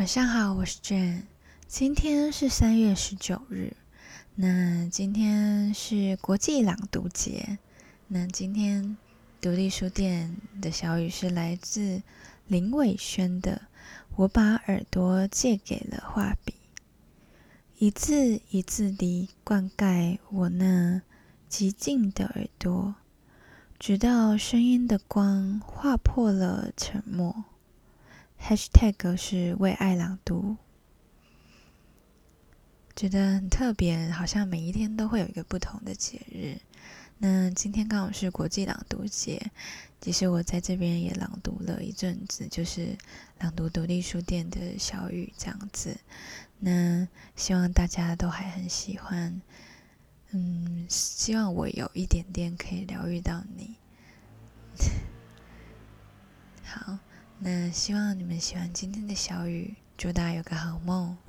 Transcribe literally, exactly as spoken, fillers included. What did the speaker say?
晚上好，我是 Jane。今天是三月十九日，那今天是国际朗读节。那今天独立书店的小语是来自林伟轩的《我把耳朵借给了画笔》，一字一字地灌溉我那极静的耳朵，直到声音的光划破了沉默。Hashtag 是为爱朗读，觉得很特别，好像每一天都会有一个不同的节日。那今天刚好是国际朗读节，其实我在这边也朗读了一阵子，就是朗读独立书店的小语这样子。那希望大家都还很喜欢，嗯，希望我有一点点可以疗愈到你。好。那希望你们喜欢今天的小语，祝大家有个好梦。